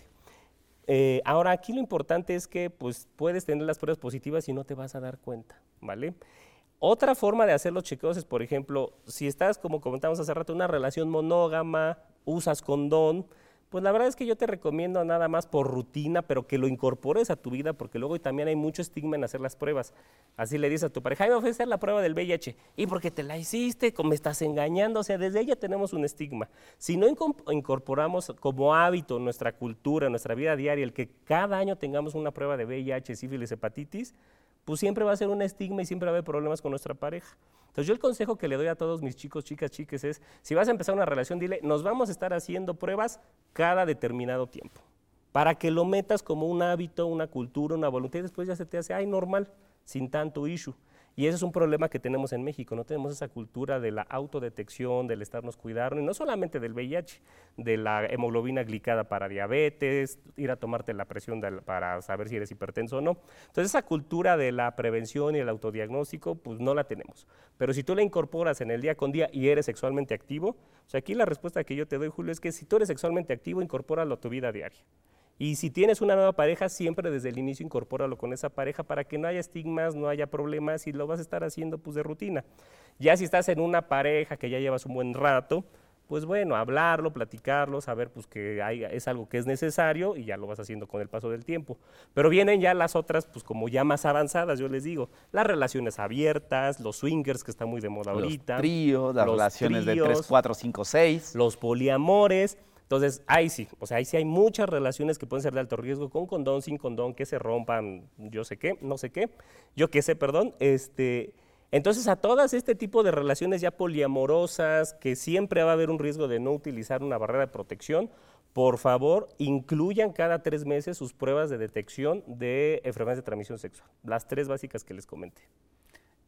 Eh, ahora, aquí lo importante es que pues, puedes tener las pruebas positivas y no te vas a dar cuenta, ¿vale? Otra forma de hacer los chequeos es, por ejemplo, si estás, como comentamos hace rato, en una relación monógama, usas condón, pues la verdad es que yo te recomiendo nada más por rutina, pero que lo incorpores a tu vida, porque luego también hay mucho estigma en hacer las pruebas. Así le dices a tu pareja, ay, me voy a hacer la prueba del V I H, y porque te la hiciste, me estás engañando, o sea, desde ahí ya tenemos un estigma. Si no incorporamos como hábito en nuestra cultura, en nuestra vida diaria, el que cada año tengamos una prueba de V I H, sífilis, hepatitis, pues siempre va a ser un estigma y siempre va a haber problemas con nuestra pareja. Entonces yo el consejo que le doy a todos mis chicos, chicas, chiques es, si vas a empezar una relación, dile, nos vamos a estar haciendo pruebas cada determinado tiempo, para que lo metas como un hábito, una cultura, una voluntad, y después ya se te hace, ay, normal, sin tanto issue. Y ese es un problema que tenemos en México, no tenemos esa cultura de la autodetección, del estarnos cuidando, y no solamente del V I H, de la hemoglobina glicada para diabetes, ir a tomarte la presión de, para saber si eres hipertenso o no. Entonces esa cultura de la prevención y el autodiagnóstico, pues no la tenemos. Pero si tú la incorporas en el día con día y eres sexualmente activo, o sea, aquí la respuesta que yo te doy, Julio, es que si tú eres sexualmente activo, incorpóralo a tu vida diaria. Y si tienes una nueva pareja, siempre desde el inicio incorpóralo con esa pareja para que no haya estigmas, no haya problemas y lo vas a estar haciendo pues de rutina. Ya si estás en una pareja que ya llevas un buen rato, pues bueno, hablarlo, platicarlo, saber pues que hay, es algo que es necesario y ya lo vas haciendo con el paso del tiempo. Pero vienen ya las otras pues como ya más avanzadas, yo les digo, las relaciones abiertas, los swingers que están muy de moda Los ahorita. tríos, las los relaciones tríos, de tres, cuatro, cinco, seis. Los poliamores. Entonces, ahí sí, o sea, ahí sí hay muchas relaciones que pueden ser de alto riesgo, con condón, sin condón, que se rompan, yo sé qué, no sé qué, yo qué sé, perdón. Este, entonces, a todas este tipo de relaciones ya poliamorosas, que siempre va a haber un riesgo de no utilizar una barrera de protección, por favor, incluyan cada tres meses sus pruebas de detección de enfermedades de transmisión sexual, las tres básicas que les comenté.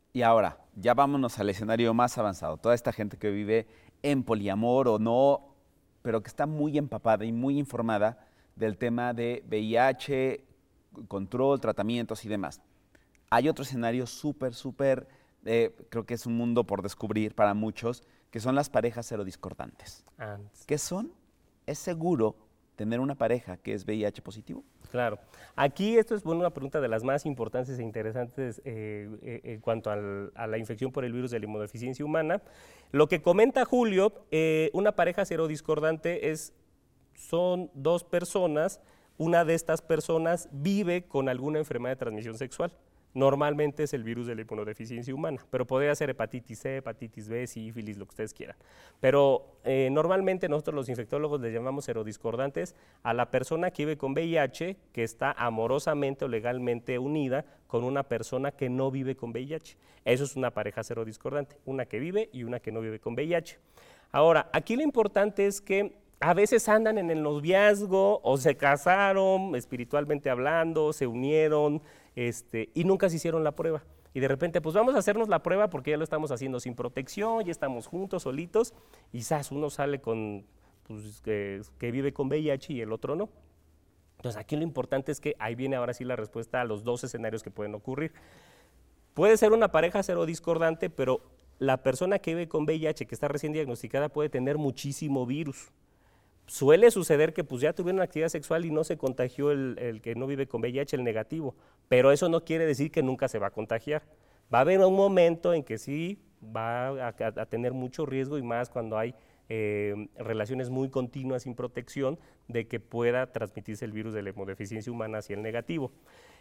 Y ahora, ya vámonos al escenario más avanzado. Toda esta gente que vive en poliamor o no, pero que está muy empapada y muy informada del tema de V I H, control, tratamientos y demás. Hay otro escenario súper, súper, eh, creo que es un mundo por descubrir para muchos, que son las parejas serodiscordantes. Ah, ¿Qué son? ¿Es seguro tener una pareja que es V I H positivo? Claro. Aquí esto es bueno, una pregunta de las más importantes e interesantes eh, eh, en cuanto al, a la infección por el virus de la inmunodeficiencia humana. Lo que comenta Julio, eh, una pareja serodiscordante es, son dos personas, una de estas personas vive con alguna enfermedad de transmisión sexual. Normalmente es el virus de la inmunodeficiencia humana, pero podría ser hepatitis C, hepatitis B, sífilis, lo que ustedes quieran. Pero eh, normalmente nosotros los infectólogos les llamamos serodiscordantes a la persona que vive con V I H, que está amorosamente o legalmente unida con una persona que no vive con V I H. Eso es una pareja serodiscordante, una que vive y una que no vive con V I H. Ahora, aquí lo importante es que a veces andan en el noviazgo o se casaron espiritualmente hablando, se unieron este, y nunca se hicieron la prueba. Y de repente, pues vamos a hacernos la prueba porque ya lo estamos haciendo sin protección, ya estamos juntos, solitos, y quizás uno sale con, pues, que, que vive con V I H y el otro no. Entonces aquí lo importante es que ahí viene ahora sí la respuesta a los dos escenarios que pueden ocurrir. Puede ser una pareja serodiscordante, pero la persona que vive con V I H, que está recién diagnosticada, puede tener muchísimo virus. Suele suceder que pues ya tuvieron actividad sexual y no se contagió el, el que no vive con V I H, el negativo, pero eso no quiere decir que nunca se va a contagiar. Va a haber un momento en que sí va a, a, a tener mucho riesgo y más cuando hay eh, relaciones muy continuas sin protección de que pueda transmitirse el virus de la inmunodeficiencia humana hacia el negativo.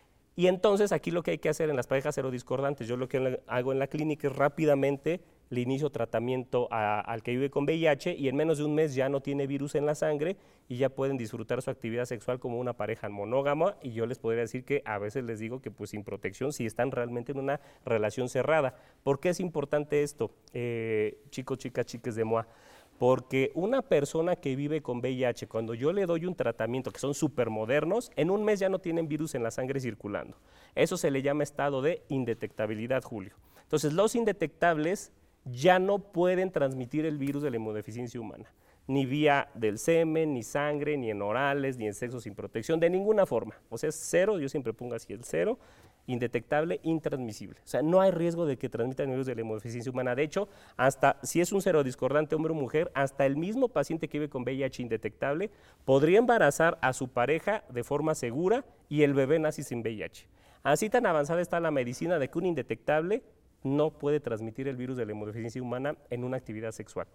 Y entonces aquí lo que hay que hacer en las parejas serodiscordantes, yo lo que hago en la clínica es rápidamente le inicio tratamiento a, al que vive con V I H y en menos de un mes ya no tiene virus en la sangre y ya pueden disfrutar su actividad sexual como una pareja monógama, y yo les podría decir que a veces les digo que pues sin protección si están realmente en una relación cerrada. ¿Por qué es importante esto, eh, chicos, chicas, chiques de M O A? Porque una persona que vive con V I H, cuando yo le doy un tratamiento que son súper modernos, en un mes ya no tienen virus en la sangre circulando. Eso se le llama estado de indetectabilidad, Julio. Entonces los indetectables ya no pueden transmitir el virus de la inmunodeficiencia humana, ni vía del semen, ni sangre, ni en orales, ni en sexo sin protección, de ninguna forma. O sea, es cero, yo siempre pongo así el cero, indetectable, intransmisible. O sea, no hay riesgo de que transmitan el virus de la inmunodeficiencia humana. De hecho, hasta si es un serodiscordante hombre o mujer, hasta el mismo paciente que vive con V I H indetectable podría embarazar a su pareja de forma segura y el bebé nace sin V I H. Así tan avanzada está la medicina de que un indetectable no puede transmitir el virus de la inmunodeficiencia humana en una actividad sexual.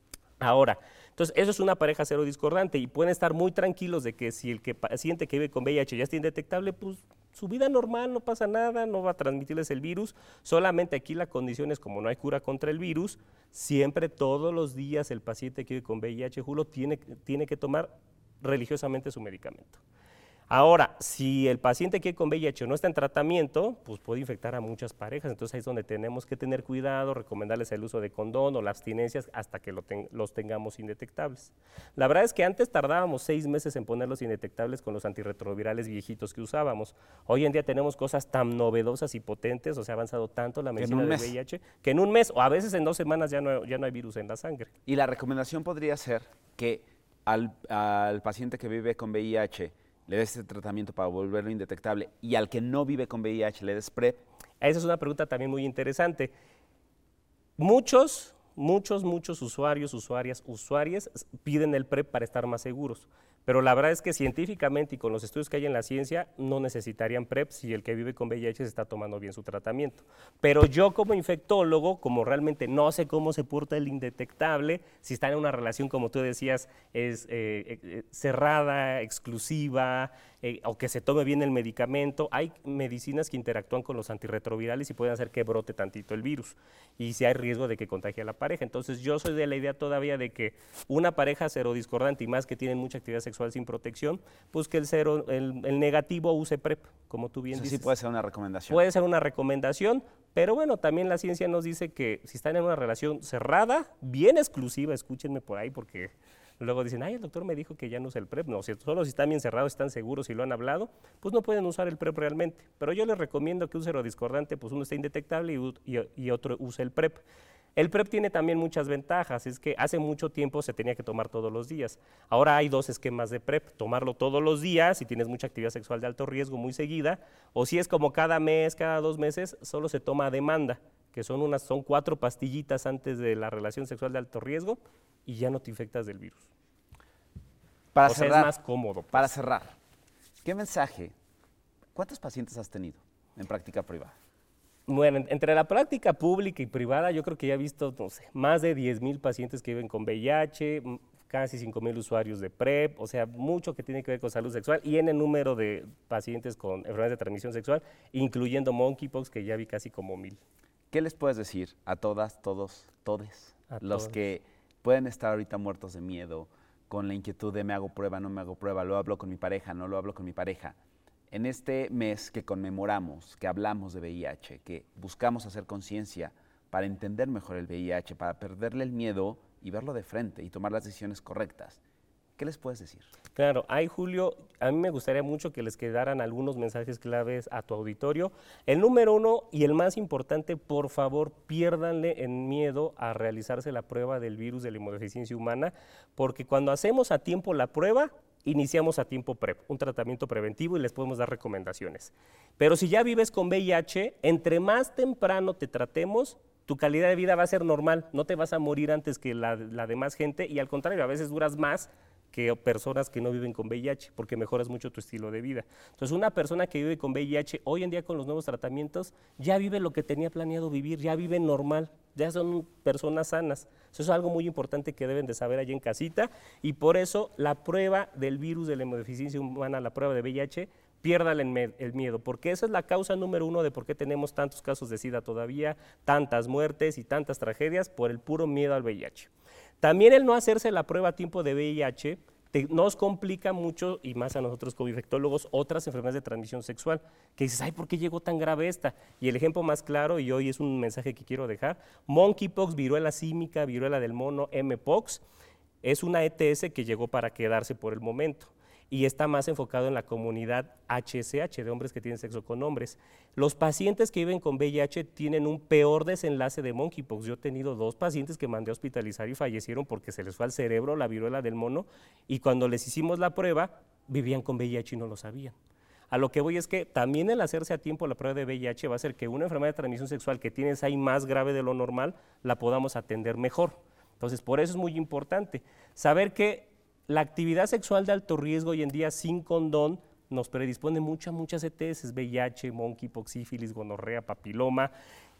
Ahora, entonces eso es una pareja serodiscordante y pueden estar muy tranquilos de que si el que paciente que vive con V I H ya está indetectable, pues su vida normal, no pasa nada, no va a transmitirles el virus. Solamente aquí la condición es, como no hay cura contra el virus, siempre todos los días el paciente que vive con V I H, Julio, tiene, tiene que tomar religiosamente su medicamento. Ahora, si el paciente que con V I H no está en tratamiento, pues puede infectar a muchas parejas, entonces ahí es donde tenemos que tener cuidado, recomendarles el uso de condón o la abstinencia hasta que lo ten, los tengamos indetectables. La verdad es que antes tardábamos seis meses en ponerlos indetectables con los antirretrovirales viejitos que usábamos. Hoy en día tenemos cosas tan novedosas y potentes, o sea, ha avanzado tanto la medicina de V I H, que en un mes o a veces en dos semanas ya no, ya no hay virus en la sangre. Y la recomendación podría ser que al, al paciente que vive con V I H le des este tratamiento para volverlo indetectable y al que no vive con V I H le des PrEP. Esa es una pregunta también muy interesante. Muchos, muchos, muchos usuarios, usuarias, usuarias piden el PrEP para estar más seguros. Pero la verdad es que científicamente y con los estudios que hay en la ciencia no necesitarían PrEP si el que vive con V I H se está tomando bien su tratamiento. Pero yo como infectólogo, como realmente no sé cómo se porta el indetectable, si está en una relación, como tú decías, es eh, eh, cerrada, exclusiva, eh, o que se tome bien el medicamento, hay medicinas que interactúan con los antirretrovirales y pueden hacer que brote tantito el virus. Y si hay riesgo de que contagie a la pareja. Entonces yo soy de la idea todavía de que una pareja serodiscordante y más que tienen mucha actividad sexual sin protección, pues que el cero, el, el negativo use PrEP, como tú bien Eso dices. sí puede ser una recomendación. Puede ser una recomendación, pero bueno, también la ciencia nos dice que si están en una relación cerrada, bien exclusiva, escúchenme por ahí porque Luego dicen, ay, el doctor me dijo que ya no usa el PrEP. No, si, solo si están bien cerrados, están seguros y lo han hablado, pues no pueden usar el PrEP realmente. Pero yo les recomiendo que un serodiscordante, pues uno está indetectable y, y, y otro use el PrEP. El PrEP tiene también muchas ventajas, es que hace mucho tiempo se tenía que tomar todos los días. Ahora hay dos esquemas de PrEP, tomarlo todos los días si tienes mucha actividad sexual de alto riesgo muy seguida, o si es como cada mes, cada dos meses, solo se toma a demanda, que son, unas, son cuatro pastillitas antes de la relación sexual de alto riesgo y ya no te infectas del virus. Para o sea, cerrar, es más cómodo. Pues. Para cerrar, ¿qué mensaje, cuántos pacientes has tenido en práctica privada? Bueno, entre la práctica pública y privada, yo creo que ya he visto, no sé, más de diez mil pacientes que viven con V I H, casi cinco mil usuarios de PrEP, o sea, mucho que tiene que ver con salud sexual y en el número de pacientes con enfermedades de transmisión sexual, incluyendo monkeypox, que ya vi casi como mil. ¿Qué les puedes decir a todas, todos, todes, A los todos. que pueden estar ahorita muertos de miedo, con la inquietud de me hago prueba, no me hago prueba, lo hablo con mi pareja, no lo hablo con mi pareja? En este mes que conmemoramos, que hablamos de V I H, que buscamos hacer conciencia para entender mejor el V I H, para perderle el miedo y verlo de frente y tomar las decisiones correctas, ¿qué les puedes decir? Claro, ay Julio, a mí me gustaría mucho que les quedaran algunos mensajes claves a tu auditorio. El número uno y el más importante, por favor, piérdanle en miedo a realizarse la prueba del virus de la inmunodeficiencia humana, porque cuando hacemos a tiempo la prueba, iniciamos a tiempo PrEP, un tratamiento preventivo y les podemos dar recomendaciones. Pero si ya vives con V I H, entre más temprano te tratemos, tu calidad de vida va a ser normal, no te vas a morir antes que la, la demás gente y al contrario, a veces duras más que personas que no viven con V I H, porque mejoras mucho tu estilo de vida. Entonces, una persona que vive con V I H, hoy en día con los nuevos tratamientos, ya vive lo que tenía planeado vivir, ya vive normal, ya son personas sanas. Eso es algo muy importante que deben de saber allí en casita, y por eso la prueba del virus de la inmunodeficiencia humana, la prueba de V I H, piérdale el miedo, porque esa es la causa número uno de por qué tenemos tantos casos de SIDA todavía, tantas muertes y tantas tragedias, por el puro miedo al V I H. También el no hacerse la prueba a tiempo de V I H te, nos complica mucho, y más a nosotros como infectólogos, otras enfermedades de transmisión sexual, que dices, ay, ¿por qué llegó tan grave esta? Y el ejemplo más claro, y hoy es un mensaje que quiero dejar, monkeypox, viruela símica, viruela del mono, M-pox, es una E T S que llegó para quedarse por el momento y está más enfocado en la comunidad H S H, de hombres que tienen sexo con hombres. Los pacientes que viven con V I H tienen un peor desenlace de monkeypox. Yo he tenido dos pacientes que mandé a hospitalizar y fallecieron porque se les fue al cerebro la viruela del mono y cuando les hicimos la prueba, vivían con V I H y no lo sabían. A lo que voy es que también el hacerse a tiempo la prueba de V I H va a hacer que una enfermedad de transmisión sexual que tienes ahí más grave de lo normal, la podamos atender mejor. Entonces, por eso es muy importante saber que la actividad sexual de alto riesgo hoy en día sin condón nos predispone mucho a muchas E T S, V I H, monkeypox, sífilis, gonorrea, papiloma,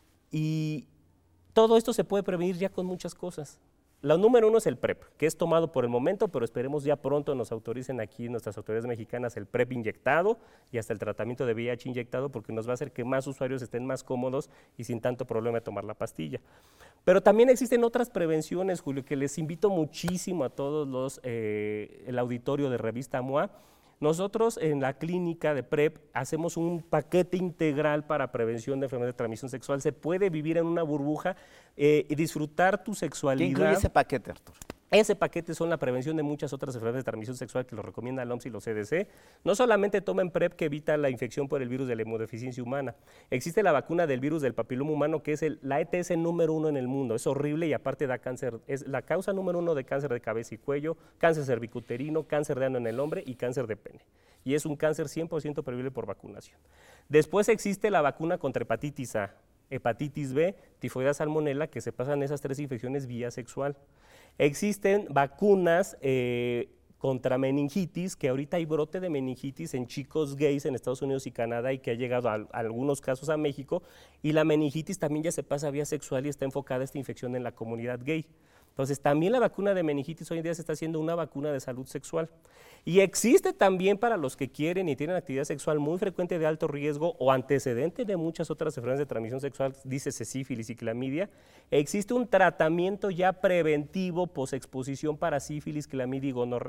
y todo esto se puede prevenir ya con muchas cosas. La número uno es el PrEP, que es tomado por el momento, pero esperemos ya pronto nos autoricen aquí nuestras autoridades mexicanas el PrEP inyectado y hasta el tratamiento de V I H inyectado, porque nos va a hacer que más usuarios estén más cómodos y sin tanto problema de tomar la pastilla. Pero también existen otras prevenciones, Julio, que les invito muchísimo a todos los, eh, el auditorio de Revista M O A. Nosotros en la clínica de PrEP hacemos un paquete integral para prevención de enfermedades de transmisión sexual. Se puede vivir en una burbuja eh, y disfrutar tu sexualidad. ¿Qué incluye ese paquete, Arturo? Ese paquete son la prevención de muchas otras enfermedades de transmisión sexual que lo recomienda el O M S y los C D C. No solamente tomen PrEP que evita la infección por el virus de la inmunodeficiencia humana. Existe la vacuna del virus del papiloma humano que es el, la E T S número uno en el mundo. Es horrible y aparte da cáncer. Es la causa número uno de cáncer de cabeza y cuello, cáncer cervicuterino, cáncer de ano en el hombre y cáncer de pene. Y es un cáncer cien por ciento prevenible por vacunación. Después existe la vacuna contra hepatitis A, hepatitis B, tifoidea, salmonela, que se pasan esas tres infecciones vía sexual. Existen vacunas eh, contra meningitis, que ahorita hay brote de meningitis en chicos gays en Estados Unidos y Canadá y que ha llegado a, a algunos casos a México, y la meningitis también ya se pasa vía sexual y está enfocada esta infección en la comunidad gay. Entonces, también la vacuna de meningitis hoy en día se está haciendo una vacuna de salud sexual. Y existe también para los que quieren y tienen actividad sexual muy frecuente de alto riesgo o antecedente de muchas otras enfermedades de transmisión sexual, dícese sífilis y clamidia, existe un tratamiento ya preventivo posexposición para sífilis, clamidia y gonorrea.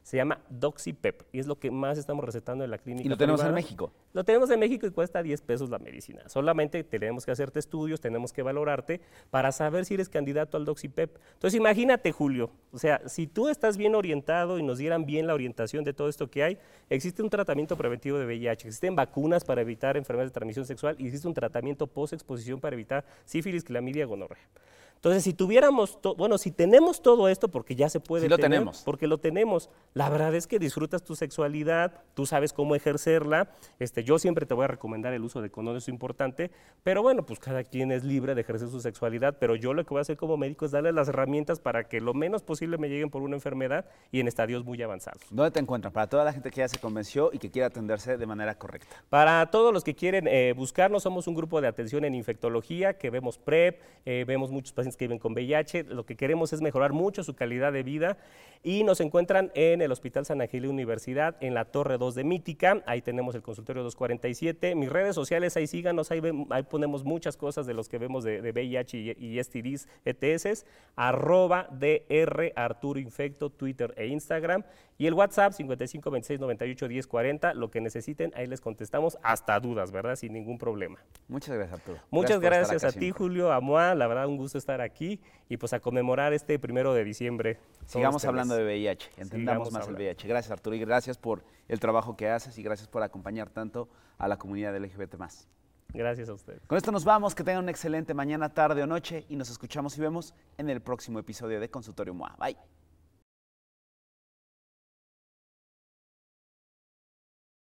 Se llama Doxipep y es lo que más estamos recetando en la clínica. ¿Y lo tenemos privada. en México? Lo tenemos en México y cuesta diez pesos la medicina. Solamente tenemos que hacerte estudios, tenemos que valorarte para saber si eres candidato al Doxipep. Entonces imagínate, Julio, o sea, si tú estás bien orientado y nos dieran bien la orientación de todo esto que hay, existe un tratamiento preventivo de V I H, existen vacunas para evitar enfermedades de transmisión sexual y existe un tratamiento post-exposición para evitar sífilis, clamidia, gonorrea. Entonces, si tuviéramos, bueno, si tenemos todo esto, porque ya se puede sí lo tener, tenemos. porque lo tenemos, la verdad es que disfrutas tu sexualidad, tú sabes cómo ejercerla, este, yo siempre te voy a recomendar el uso de condón, eso es importante, pero bueno, pues cada quien es libre de ejercer su sexualidad, pero yo lo que voy a hacer como médico es darle las herramientas para que lo menos posible me lleguen por una enfermedad y en estadios muy avanzados. ¿Dónde te encuentran? Para toda la gente que ya se convenció y que quiera atenderse de manera correcta. Para todos los que quieren eh, buscarnos, somos un grupo de atención en infectología, que vemos PrEP, eh, vemos muchos pacientes que viven con V I H, lo que queremos es mejorar mucho su calidad de vida y nos encuentran en el Hospital San Angelino Universidad, en la Torre dos de Mítica, ahí tenemos el consultorio doscientos cuarenta y siete, mis redes sociales, ahí síganos, ahí, ven, ahí ponemos muchas cosas de los que vemos de, de V I H y, y S T Ds, E T S, arroba DR Arturo Infecto, Twitter e Instagram, y el WhatsApp cincuenta y cinco veintiséis noventa y ocho diez cuarenta, lo que necesiten, ahí les contestamos hasta dudas, ¿verdad? Sin ningún problema. Muchas gracias, Arturo. Muchas gracias, gracias a ti, siempre. Julio, a Moa, la verdad un gusto estar aquí y pues a conmemorar este primero de diciembre. Sigamos hablando de V I H, entendamos Sigamos más hablando. el V I H. Gracias, Arturo, y gracias por el trabajo que haces y gracias por acompañar tanto a la comunidad L G B T más. Gracias a ustedes. Con esto nos vamos, que tengan una excelente mañana, tarde o noche y nos escuchamos y vemos en el próximo episodio de Consultorio M O A. Bye.